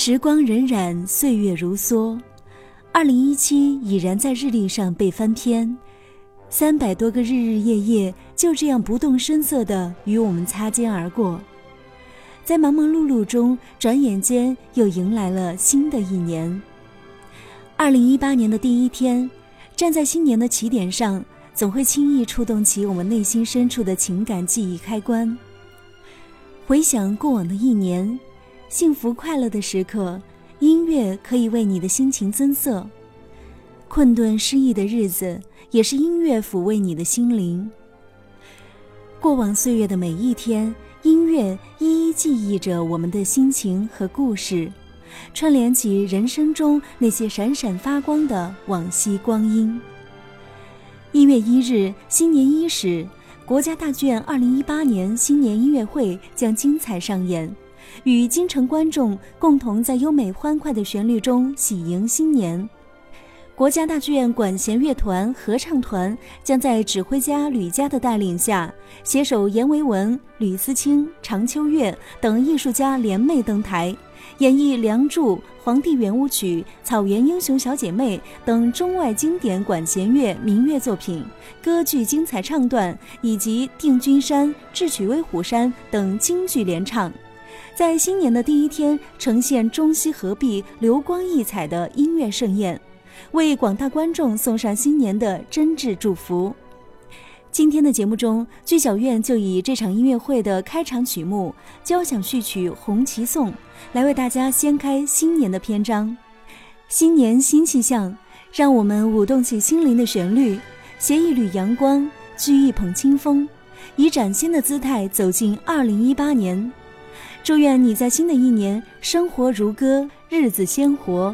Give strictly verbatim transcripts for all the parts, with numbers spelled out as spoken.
时光荏苒，岁月如梭，二零一七已然在日历上被翻篇，三百多个日日夜夜就这样不动声色地与我们擦肩而过。在忙忙碌碌中，转眼间又迎来了新的一年。二零一八年的第一天，站在新年的起点上，总会轻易触动起我们内心深处的情感记忆开关。回想过往的一年，幸福快乐的时刻，音乐可以为你的心情增色；困顿失意的日子，也是音乐抚慰你的心灵。过往岁月的每一天，音乐一一记忆着我们的心情和故事，串联起人生中那些闪闪发光的往昔光阴。一月一日，新年伊始，国家大剧院二零一八年新年音乐会将精彩上演，与京城观众共同在优美欢快的旋律中喜迎新年。国家大剧院管弦乐团、合唱团将在指挥家吕嘉的带领下，携手阎维文、吕思清、常秋月等艺术家联袂登台，演绎《梁祝》、《黄帝圆舞曲》、《草原英雄小姐妹》等中外经典管弦乐民乐作品，歌剧精彩唱段以及《定军山》、《智取威虎山》等京剧联唱，在新年的第一天呈现中西合璧、流光溢彩的音乐盛宴，为广大观众送上新年的真挚祝福。今天的节目中，剧小院就以这场音乐会的开场曲目交响序曲《红旗颂》来为大家掀开新年的篇章。新年新气象，让我们舞动起心灵的旋律，携一缕阳光，掬一捧清风，以崭新的姿态走进二零一八年。祝愿你在新的一年生活如歌，日子鲜活。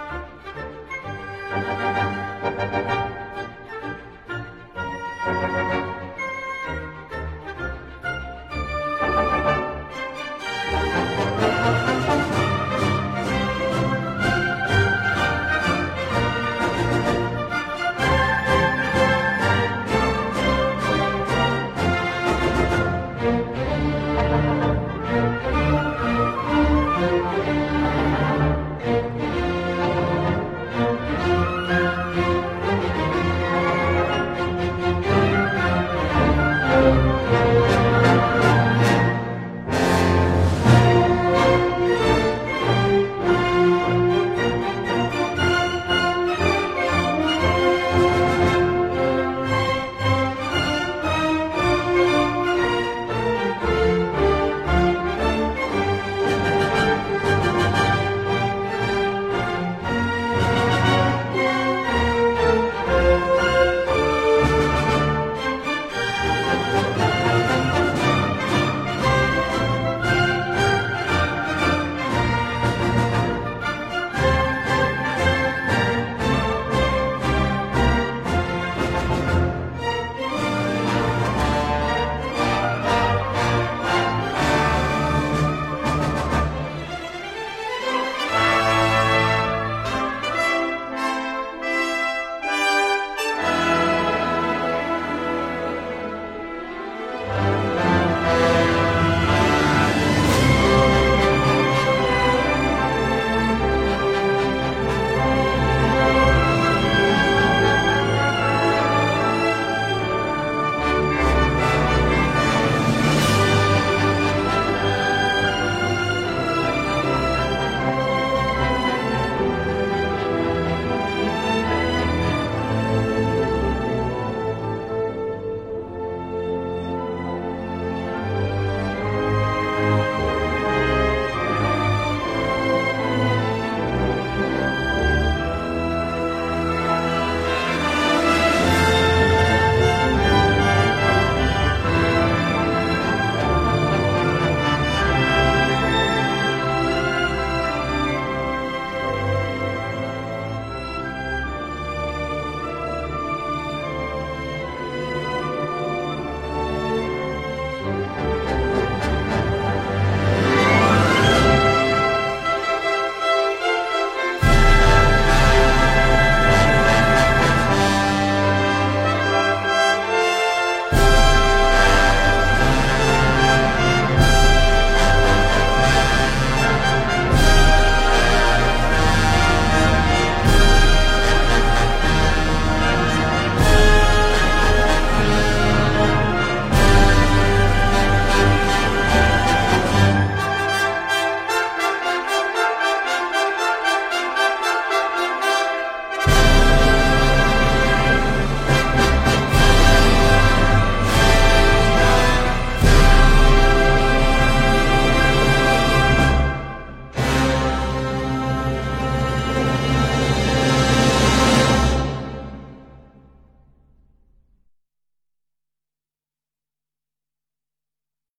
Thank you.